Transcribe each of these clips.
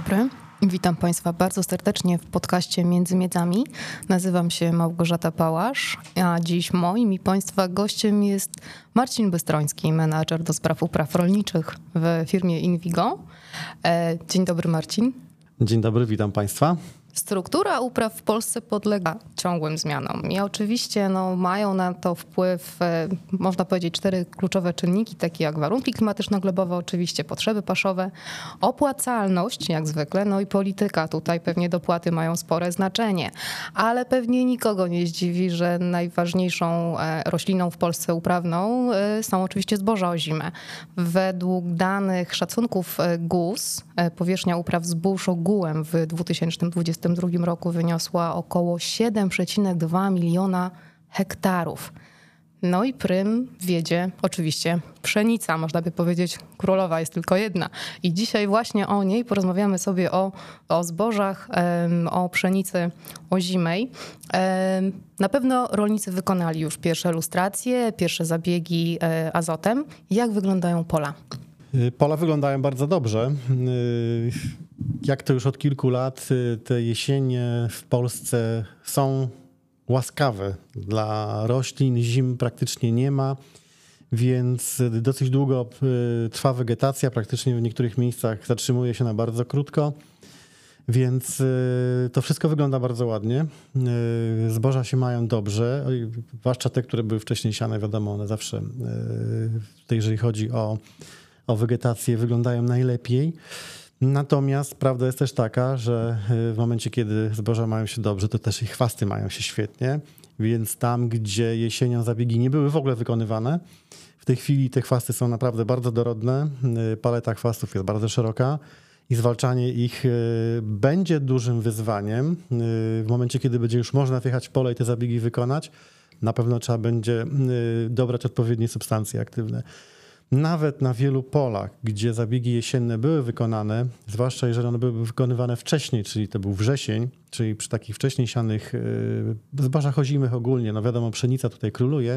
dobry. Witam Państwa bardzo serdecznie w podcaście Między Miedzami. Nazywam się Małgorzata Pałasz, a dziś moim i Państwa gościem jest Marcin Bystroński, menadżer do spraw upraw rolniczych w firmie Invigo. Dzień dobry, Marcin. Dzień dobry, witam Państwa. Struktura upraw w Polsce podlega ciągłym zmianom i oczywiście mają na to wpływ, można powiedzieć, 4 kluczowe czynniki, takie jak warunki klimatyczno-glebowe, oczywiście potrzeby paszowe, opłacalność jak zwykle, i polityka. Tutaj pewnie dopłaty mają spore znaczenie, ale pewnie nikogo nie zdziwi, że najważniejszą rośliną w Polsce uprawną są oczywiście zboża ozime. Według danych szacunków GUS powierzchnia upraw zbóż ogółem w 2022 roku wyniosła około 7,2 miliona hektarów. I prym wiedzie oczywiście pszenica, można by powiedzieć, królowa jest tylko jedna. I dzisiaj właśnie o niej porozmawiamy sobie o zbożach, o pszenicy ozimej. Na pewno rolnicy wykonali już pierwsze lustracje, pierwsze zabiegi azotem. Jak wyglądają pola? Pola wyglądają bardzo dobrze. Jak to już od kilku lat, te jesienie w Polsce są łaskawe dla roślin, zim praktycznie nie ma, więc dosyć długo trwa wegetacja, praktycznie w niektórych miejscach zatrzymuje się na bardzo krótko, więc to wszystko wygląda bardzo ładnie. Zboża się mają dobrze, zwłaszcza te, które były wcześniej siane, wiadomo, one zawsze, jeżeli chodzi o wegetację, wyglądają najlepiej. Natomiast prawda jest też taka, że w momencie, kiedy zboża mają się dobrze, to też ich chwasty mają się świetnie, więc tam, gdzie jesienią zabiegi nie były w ogóle wykonywane, w tej chwili te chwasty są naprawdę bardzo dorodne, paleta chwastów jest bardzo szeroka i zwalczanie ich będzie dużym wyzwaniem. W momencie, kiedy będzie już można wjechać w pole i te zabiegi wykonać, na pewno trzeba będzie dobrać odpowiednie substancje aktywne. Nawet na wielu polach, gdzie zabiegi jesienne były wykonane, zwłaszcza jeżeli one były wykonywane wcześniej, czyli to był wrzesień, czyli przy takich wcześniej sianych zbożach ozimych ogólnie, wiadomo, pszenica tutaj króluje,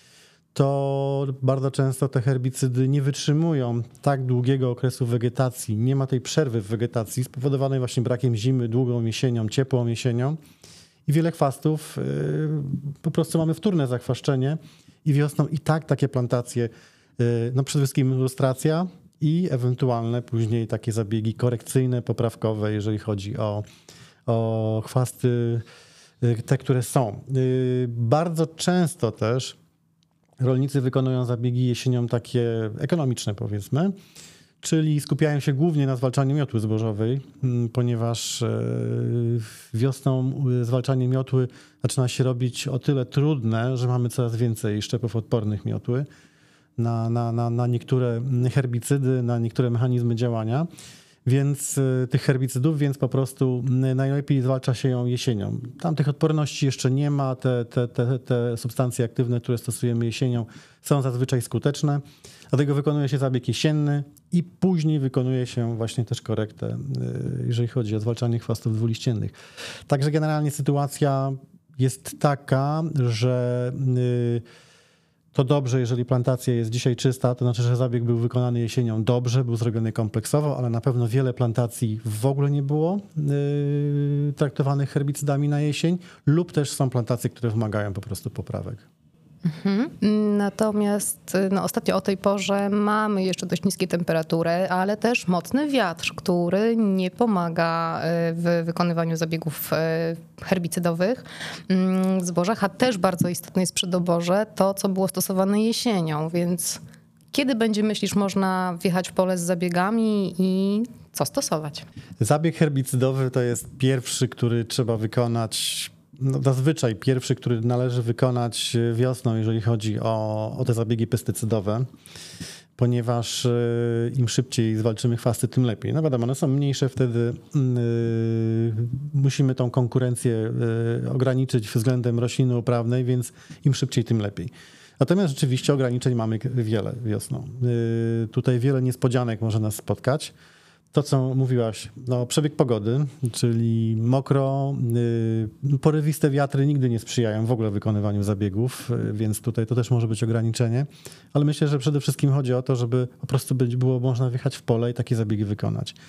to bardzo często te herbicydy nie wytrzymują tak długiego okresu wegetacji. Nie ma tej przerwy w wegetacji spowodowanej właśnie brakiem zimy, długą jesienią, ciepłą jesienią i wiele chwastów po prostu mamy wtórne zachwaszczenie i wiosną i takie plantacje, przede wszystkim lustracja i ewentualne później takie zabiegi korekcyjne, poprawkowe, jeżeli chodzi o chwasty, te, które są. Bardzo często też rolnicy wykonują zabiegi jesienią takie ekonomiczne, powiedzmy, czyli skupiają się głównie na zwalczaniu miotły zbożowej, ponieważ wiosną zwalczanie miotły zaczyna się robić o tyle trudne, że mamy coraz więcej szczepów odpornych miotły na niektóre herbicydy, na niektóre mechanizmy działania, więc tych herbicydów, więc po prostu najlepiej zwalcza się ją jesienią. Tam tych odporności jeszcze nie ma, te substancje aktywne, które stosujemy jesienią, są zazwyczaj skuteczne, dlatego wykonuje się zabieg jesienny i później wykonuje się właśnie też korektę, jeżeli chodzi o zwalczanie chwastów dwuliściennych. Także generalnie sytuacja jest taka, że to dobrze, jeżeli plantacja jest dzisiaj czysta, to znaczy, że zabieg był wykonany jesienią dobrze, był zrobiony kompleksowo, ale na pewno wiele plantacji w ogóle nie było traktowanych herbicydami na jesień lub też są plantacje, które wymagają po prostu poprawek. Natomiast ostatnio o tej porze mamy jeszcze dość niskie temperatury, ale też mocny wiatr, który nie pomaga w wykonywaniu zabiegów herbicydowych w zbożach, a też bardzo istotne jest przy doborze to, co było stosowane jesienią, więc kiedy będzie, myślisz, można wjechać w pole z zabiegami i co stosować? Zabieg herbicydowy to jest pierwszy, który trzeba wykonać. Zazwyczaj pierwszy, który należy wykonać wiosną, jeżeli chodzi o te zabiegi pestycydowe, ponieważ im szybciej zwalczymy chwasty, tym lepiej. Wiadomo, one są mniejsze, wtedy musimy tą konkurencję ograniczyć względem rośliny uprawnej, więc im szybciej, tym lepiej. Natomiast rzeczywiście ograniczeń mamy wiele wiosną. Tutaj wiele niespodzianek może nas spotkać. To, co mówiłaś, przebieg pogody, czyli mokro, porywiste wiatry nigdy nie sprzyjają w ogóle wykonywaniu zabiegów, więc tutaj to też może być ograniczenie, ale myślę, że przede wszystkim chodzi o to, żeby po prostu było można wjechać w pole i takie zabiegi wykonać.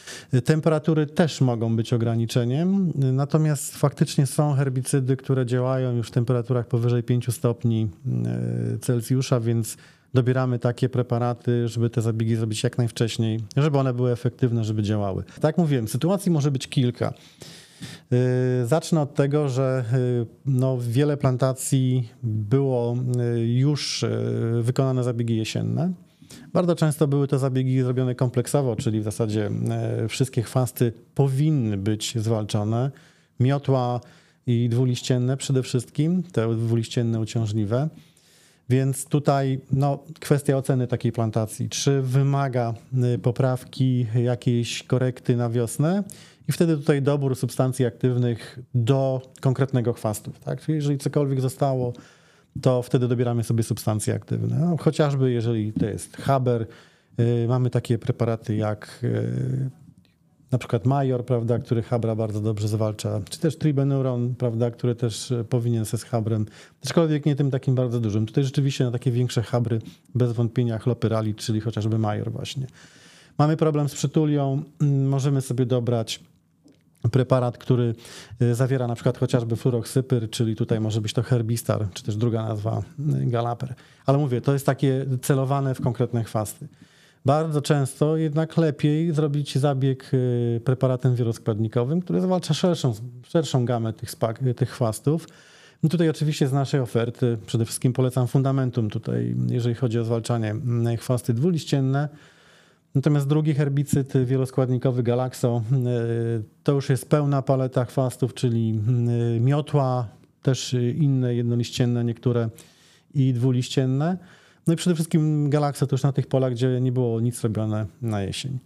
Temperatury też mogą być ograniczeniem, natomiast faktycznie są herbicydy, które działają już w temperaturach powyżej 5 stopni Celsjusza, więc dobieramy takie preparaty, żeby te zabiegi zrobić jak najwcześniej, żeby one były efektywne, żeby działały. Tak jak mówiłem, sytuacji może być kilka. Zacznę od tego, że wiele plantacji było już wykonane zabiegi jesienne. Bardzo często były to zabiegi zrobione kompleksowo, czyli w zasadzie wszystkie chwasty powinny być zwalczone. Miotła i dwuliścienne przede wszystkim, te dwuliścienne uciążliwe. Więc tutaj kwestia oceny takiej plantacji, czy wymaga poprawki, jakiejś korekty na wiosnę i wtedy tutaj dobór substancji aktywnych do konkretnego chwastu. Tak? Czyli jeżeli cokolwiek zostało, to wtedy dobieramy sobie substancje aktywne. Chociażby jeżeli to jest haber, mamy takie preparaty jak na przykład Major, prawda, który habra bardzo dobrze zwalcza, czy też tribenuron, prawda, który też powinien z habrem, aczkolwiek nie tym takim bardzo dużym. Tutaj rzeczywiście na takie większe habry bez wątpienia chlopyralit, czyli chociażby Major właśnie. Mamy problem z przytulią, możemy sobie dobrać preparat, który zawiera na przykład chociażby fluroxypyr, czyli tutaj może być to herbistar, czy też druga nazwa galaper. Ale mówię, to jest takie celowane w konkretne chwasty. Bardzo często jednak lepiej zrobić zabieg preparatem wieloskładnikowym, który zwalcza szerszą gamę tych chwastów. I tutaj oczywiście z naszej oferty przede wszystkim polecam Fundamentum tutaj, jeżeli chodzi o zwalczanie chwasty dwuliścienne. Natomiast drugi herbicyd wieloskładnikowy Galaxo to już jest pełna paleta chwastów, czyli miotła, też inne jednoliścienne niektóre i dwuliścienne. No i przede wszystkim Galaxo to już na tych polach, gdzie nie było nic robione na jesień.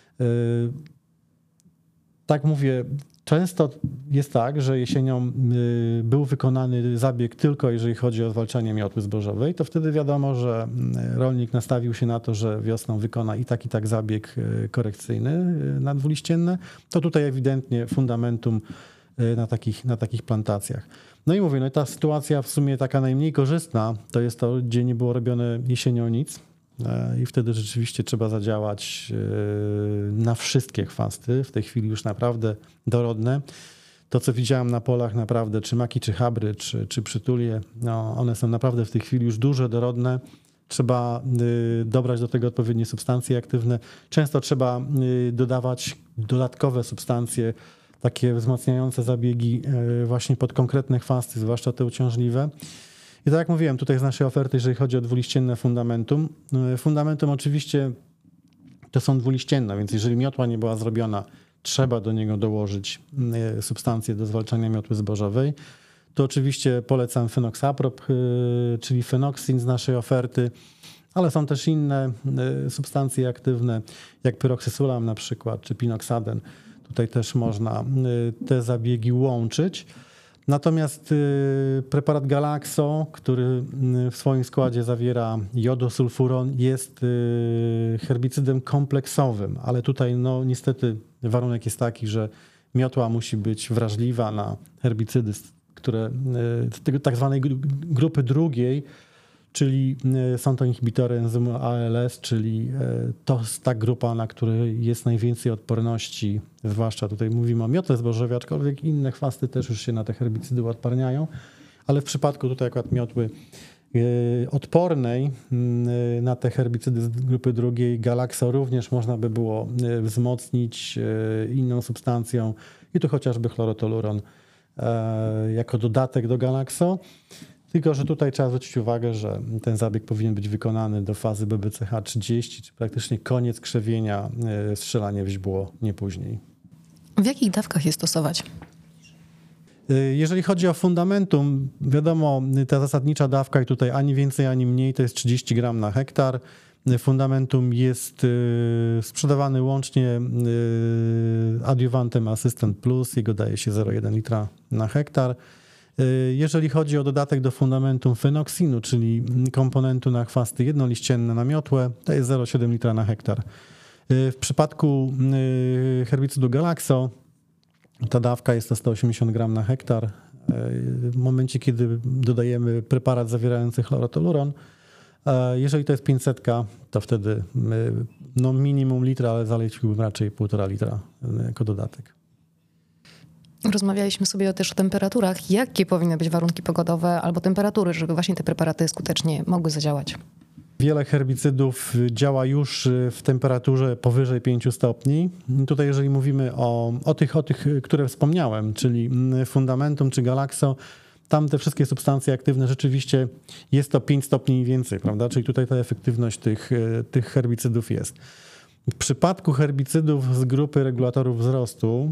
Tak mówię, często jest tak, że jesienią był wykonany zabieg tylko jeżeli chodzi o zwalczanie miotły zbożowej, to wtedy wiadomo, że rolnik nastawił się na to, że wiosną wykona i tak zabieg korekcyjny na dwuliścienne. To tutaj ewidentnie Fundamentum na takich plantacjach. No i mówię, ta sytuacja w sumie taka najmniej korzystna to jest to, gdzie nie było robione jesienią nic i wtedy rzeczywiście trzeba zadziałać na wszystkie chwasty, w tej chwili już naprawdę dorodne. To, co widziałem na polach naprawdę, czy maki, czy habry, czy przytulie, one są naprawdę w tej chwili już duże, dorodne. Trzeba dobrać do tego odpowiednie substancje aktywne. Często trzeba dodawać dodatkowe substancje, takie wzmacniające zabiegi właśnie pod konkretne chwasty, zwłaszcza te uciążliwe. I tak jak mówiłem, tutaj z naszej oferty, jeżeli chodzi o dwuliścienne Fundamentum. Fundamentum oczywiście to są dwuliścienne, więc jeżeli miotła nie była zrobiona, trzeba do niego dołożyć substancje do zwalczania miotły zbożowej. To oczywiście polecam Fenoxaprop, czyli Fenoxin z naszej oferty, ale są też inne substancje aktywne, jak pyroksysulam na przykład, czy pinoxaden. Tutaj też można te zabiegi łączyć. Natomiast preparat Galaxo, który w swoim składzie zawiera jodosulfuron, jest herbicydem kompleksowym, ale tutaj niestety warunek jest taki, że miotła musi być wrażliwa na herbicydy, które z tego tak zwanej grupy drugiej, czyli są to inhibitory enzymu ALS, czyli to jest ta grupa, na której jest najwięcej odporności, zwłaszcza tutaj mówimy o miotle zbożowej, aczkolwiek inne chwasty też już się na te herbicydy uodparniają, ale w przypadku tutaj akurat miotły odpornej na te herbicydy z grupy drugiej Galaxo również można by było wzmocnić inną substancją i tu chociażby chlorotoluron jako dodatek do Galaxo. Tylko że tutaj trzeba zwrócić uwagę, że ten zabieg powinien być wykonany do fazy BBCH 30, czy praktycznie koniec krzewienia, strzelanie w źdźbło, nie później. W jakich dawkach je stosować? Jeżeli chodzi o Fundamentum, wiadomo, ta zasadnicza dawka i tutaj ani więcej, ani mniej to jest 30 gram na hektar. Fundamentum jest sprzedawany łącznie adiuwantem Assistant Plus, jego daje się 0,1 litra na hektar. Jeżeli chodzi o dodatek do Fundamentum Fenoxinu, czyli komponentu na chwasty jednoliścienne na miotłę, to jest 0,7 litra na hektar. W przypadku herbicydu Galaxo ta dawka jest to 180 gram na hektar. W momencie, kiedy dodajemy preparat zawierający chlorotoluron, Jeżeli to jest 500, to wtedy no minimum litra, ale zaleciłbym raczej 1,5 litra jako dodatek. Rozmawialiśmy sobie też o temperaturach. Jakie powinny być warunki pogodowe albo temperatury, żeby właśnie te preparaty skutecznie mogły zadziałać? Wiele herbicydów działa już w temperaturze powyżej 5 stopni. Tutaj jeżeli mówimy o tych, które wspomniałem, czyli Fundamentum czy Galaxo, tam te wszystkie substancje aktywne rzeczywiście jest to 5 stopni i więcej, prawda? Czyli tutaj ta efektywność tych herbicydów jest. W przypadku herbicydów z grupy regulatorów wzrostu,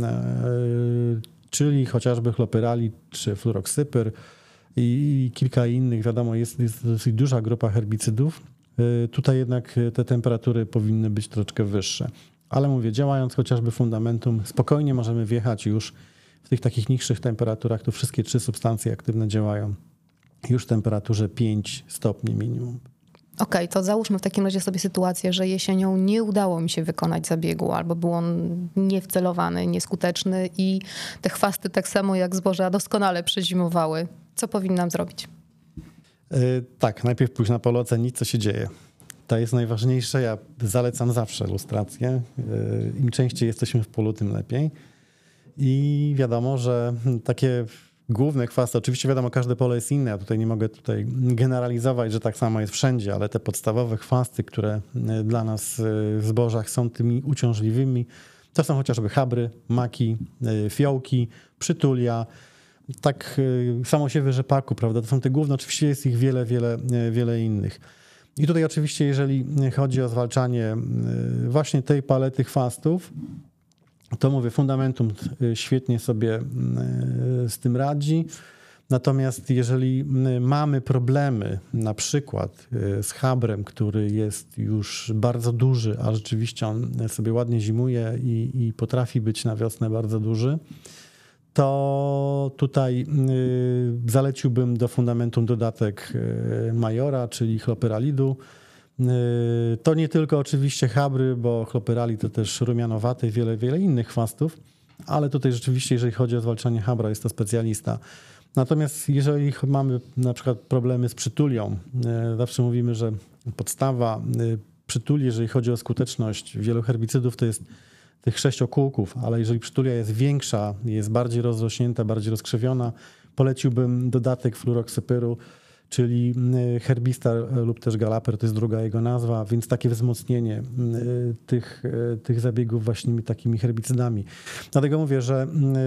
czyli chociażby chlopyralid czy fluroxypyr i kilka innych, wiadomo, jest dosyć duża grupa herbicydów. Tutaj jednak te temperatury powinny być troszeczkę wyższe. Ale mówię, działając chociażby Fundamentum, spokojnie możemy wjechać już w tych takich niższych temperaturach, to wszystkie 3 substancje aktywne działają już w temperaturze 5 stopni minimum. Okej, to załóżmy w takim razie sobie sytuację, że jesienią nie udało mi się wykonać zabiegu albo był on niewcelowany, nieskuteczny i te chwasty tak samo jak zboża doskonale przezimowały. Co powinnam zrobić? Tak, najpierw pójść na pole, ocenić, co się dzieje. To jest najważniejsze. Ja zalecam zawsze lustrację. Im częściej jesteśmy w polu, tym lepiej. I wiadomo, że takie główne chwasty, oczywiście wiadomo, każde pole jest inne, ja tutaj nie mogę generalizować, że tak samo jest wszędzie, ale te podstawowe chwasty, które dla nas w zbożach są tymi uciążliwymi, to są chociażby chabry, maki, fiołki, przytulia, tak samosiewy rzepaku, prawda? To są te główne, oczywiście jest ich wiele innych. I tutaj oczywiście, jeżeli chodzi o zwalczanie właśnie tej palety chwastów, to mówię, Fundamentum świetnie sobie z tym radzi. Natomiast jeżeli mamy problemy na przykład z chabrem, który jest już bardzo duży, a rzeczywiście on sobie ładnie zimuje i potrafi być na wiosnę bardzo duży, to tutaj zaleciłbym do Fundamentum dodatek Majora, czyli chlopyralidu. To nie tylko oczywiście chabry, bo chlopyralid to też rumianowaty, wiele innych chwastów, ale tutaj rzeczywiście, jeżeli chodzi o zwalczanie chabra, jest to specjalista. Natomiast jeżeli mamy na przykład problemy z przytulią, zawsze mówimy, że podstawa przytuli, jeżeli chodzi o skuteczność wielu herbicydów, to jest tych 6 okółków, ale jeżeli przytulia jest większa, jest bardziej rozrośnięta, bardziej rozkrzewiona, poleciłbym dodatek fluroxypyru, czyli Herbistar lub też Galaper, to jest druga jego nazwa, więc takie wzmocnienie tych zabiegów właśnie takimi herbicydami. Dlatego mówię, że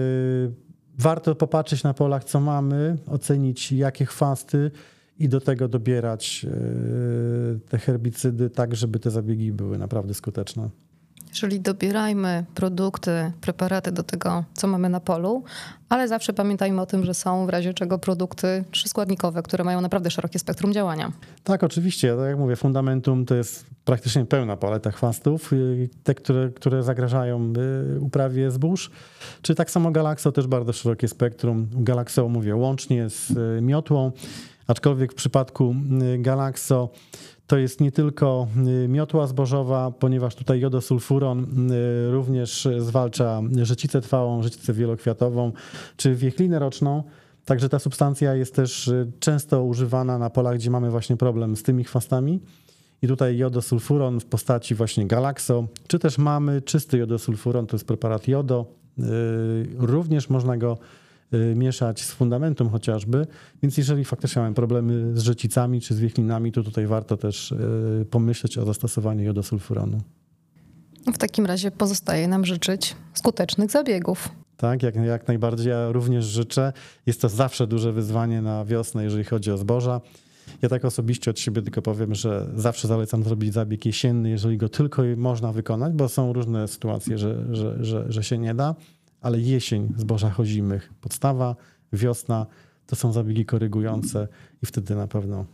warto popatrzeć na polach, co mamy, ocenić jakie chwasty i do tego dobierać te herbicydy tak, żeby te zabiegi były naprawdę skuteczne. Czyli dobierajmy produkty, preparaty do tego, co mamy na polu, ale zawsze pamiętajmy o tym, że są w razie czego produkty 3-składnikowe, które mają naprawdę szerokie spektrum działania. Tak, oczywiście. Tak jak mówię, Fundamentum to jest praktycznie pełna paleta chwastów. Te, które zagrażają uprawie zbóż. Czy tak samo Galaxo, też bardzo szerokie spektrum. Galaxo, mówię, łącznie z miotłą, aczkolwiek w przypadku Galaxo to jest nie tylko miotła zbożowa, ponieważ tutaj jodosulfuron również zwalcza życicę trwałą, życicę wielokwiatową czy wiechlinę roczną. Także ta substancja jest też często używana na polach, gdzie mamy właśnie problem z tymi chwastami. I tutaj jodosulfuron w postaci właśnie Galaxo, czy też mamy czysty jodosulfuron, to jest preparat jodo. Również można go mieszać z Fundamentum chociażby, więc jeżeli faktycznie mamy problemy z życicami czy z wiechlinami, to tutaj warto też pomyśleć o zastosowaniu jodosulfuronu. W takim razie pozostaje nam życzyć skutecznych zabiegów. Tak, jak najbardziej. Ja również życzę. Jest to zawsze duże wyzwanie na wiosnę, jeżeli chodzi o zboża. Ja tak osobiście od siebie tylko powiem, że zawsze zalecam zrobić zabieg jesienny, jeżeli go tylko można wykonać, bo są różne sytuacje, że się nie da. Ale jesień, zboża ozimych, podstawa, wiosna to są zabiegi korygujące i wtedy na pewno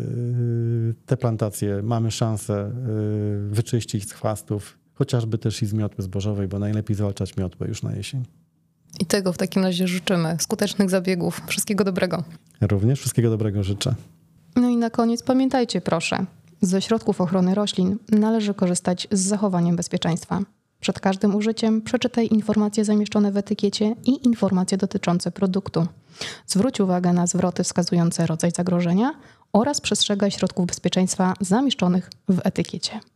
te plantacje mamy szansę wyczyścić z chwastów, chociażby też i z miotły zbożowej, bo najlepiej zwalczać miotłę już na jesień. I tego w takim razie życzymy. Skutecznych zabiegów. Wszystkiego dobrego. Również wszystkiego dobrego życzę. No i na koniec pamiętajcie proszę, ze środków ochrony roślin należy korzystać z zachowaniem bezpieczeństwa. Przed każdym użyciem przeczytaj informacje zamieszczone w etykiecie i informacje dotyczące produktu. Zwróć uwagę na zwroty wskazujące rodzaj zagrożenia oraz przestrzega środków bezpieczeństwa zamieszczonych w etykiecie.